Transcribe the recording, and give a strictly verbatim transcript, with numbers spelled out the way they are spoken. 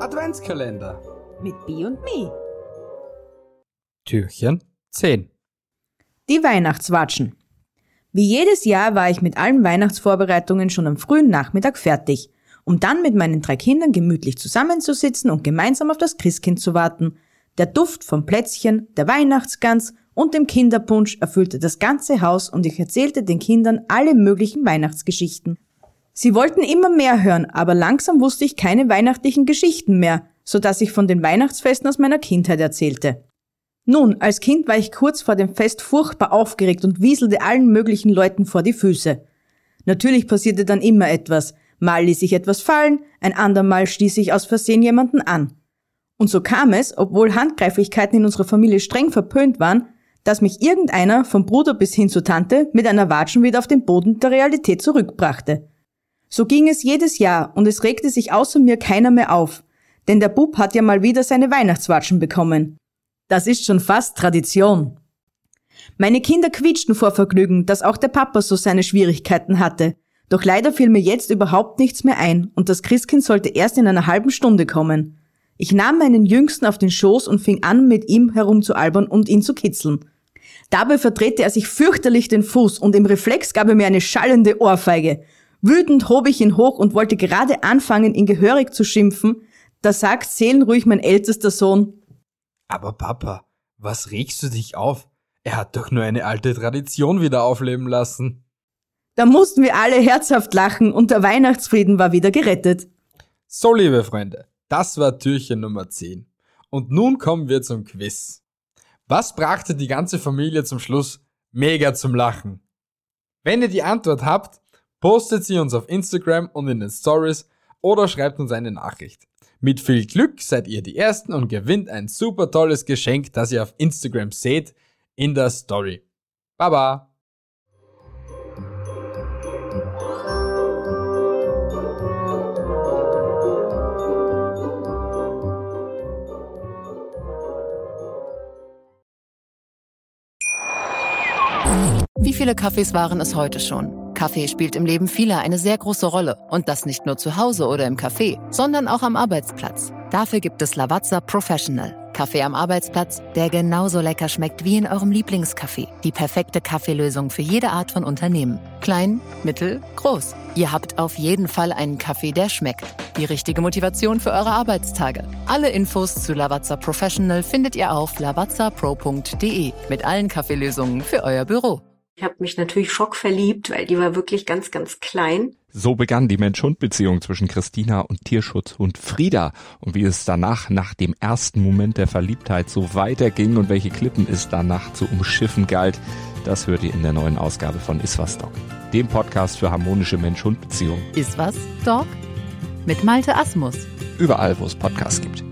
Adventskalender mit B und Me. Türchen zehn. Die Weihnachtswatschen. Wie jedes Jahr war ich mit allen Weihnachtsvorbereitungen schon am frühen Nachmittag fertig, um dann mit meinen drei Kindern gemütlich zusammenzusitzen und gemeinsam auf das Christkind zu warten. Der Duft vom Plätzchen, der Weihnachtsgans und dem Kinderpunsch erfüllte das ganze Haus und ich erzählte den Kindern alle möglichen Weihnachtsgeschichten. Sie wollten immer mehr hören, aber langsam wusste ich keine weihnachtlichen Geschichten mehr, so dass ich von den Weihnachtsfesten aus meiner Kindheit erzählte. Nun, als Kind war ich kurz vor dem Fest furchtbar aufgeregt und wieselte allen möglichen Leuten vor die Füße. Natürlich passierte dann immer etwas. Mal ließ ich etwas fallen, ein andermal stieß ich aus Versehen jemanden an. Und so kam es, obwohl Handgreiflichkeiten in unserer Familie streng verpönt waren, dass mich irgendeiner, vom Bruder bis hin zur Tante, mit einer Watschen wieder auf den Boden der Realität zurückbrachte. So ging es jedes Jahr und es regte sich außer mir keiner mehr auf, denn der Bub hat ja mal wieder seine Weihnachtswatschen bekommen. Das ist schon fast Tradition. Meine Kinder quietschten vor Vergnügen, dass auch der Papa so seine Schwierigkeiten hatte. Doch leider fiel mir jetzt überhaupt nichts mehr ein und das Christkind sollte erst in einer halben Stunde kommen. Ich nahm meinen Jüngsten auf den Schoß und fing an, mit ihm herumzualbern und ihn zu kitzeln. Dabei verdrehte er sich fürchterlich den Fuß und im Reflex gab er mir eine schallende Ohrfeige. Wütend hob ich ihn hoch und wollte gerade anfangen, ihn gehörig zu schimpfen. Da sagt seelenruhig mein ältester Sohn: Aber Papa, was regst du dich auf? Er hat doch nur eine alte Tradition wieder aufleben lassen. Da mussten wir alle herzhaft lachen und der Weihnachtsfrieden war wieder gerettet. So, liebe Freunde, das war Türchen Nummer zehn. Und nun kommen wir zum Quiz. Was brachte die ganze Familie zum Schluss mega zum Lachen? Wenn ihr die Antwort habt, postet sie uns auf Instagram und in den Stories oder schreibt uns eine Nachricht. Mit viel Glück seid ihr die Ersten und gewinnt ein super tolles Geschenk, das ihr auf Instagram seht, in der Story. Baba! Wie viele Kaffees waren es heute schon? Kaffee spielt im Leben vieler eine sehr große Rolle. Und das nicht nur zu Hause oder im Café, sondern auch am Arbeitsplatz. Dafür gibt es Lavazza Professional. Kaffee am Arbeitsplatz, der genauso lecker schmeckt wie in eurem Lieblingscafé. Die perfekte Kaffeelösung für jede Art von Unternehmen. Klein, mittel, groß. Ihr habt auf jeden Fall einen Kaffee, der schmeckt. Die richtige Motivation für eure Arbeitstage. Alle Infos zu Lavazza Professional findet ihr auf lavazza pro punkt de mit allen Kaffeelösungen für euer Büro. Ich habe mich natürlich schockverliebt, weil die war wirklich ganz, ganz klein. So begann die Mensch-Hund-Beziehung zwischen Christina und Tierschutzhund Frieda. Und wie es danach, nach dem ersten Moment der Verliebtheit, so weiterging und welche Klippen es danach zu umschiffen galt, das hört ihr in der neuen Ausgabe von Iswas Dog, dem Podcast für harmonische Mensch-Hund-Beziehungen. Iswas Dog? Mit Malte Asmus. Überall, wo es Podcasts gibt.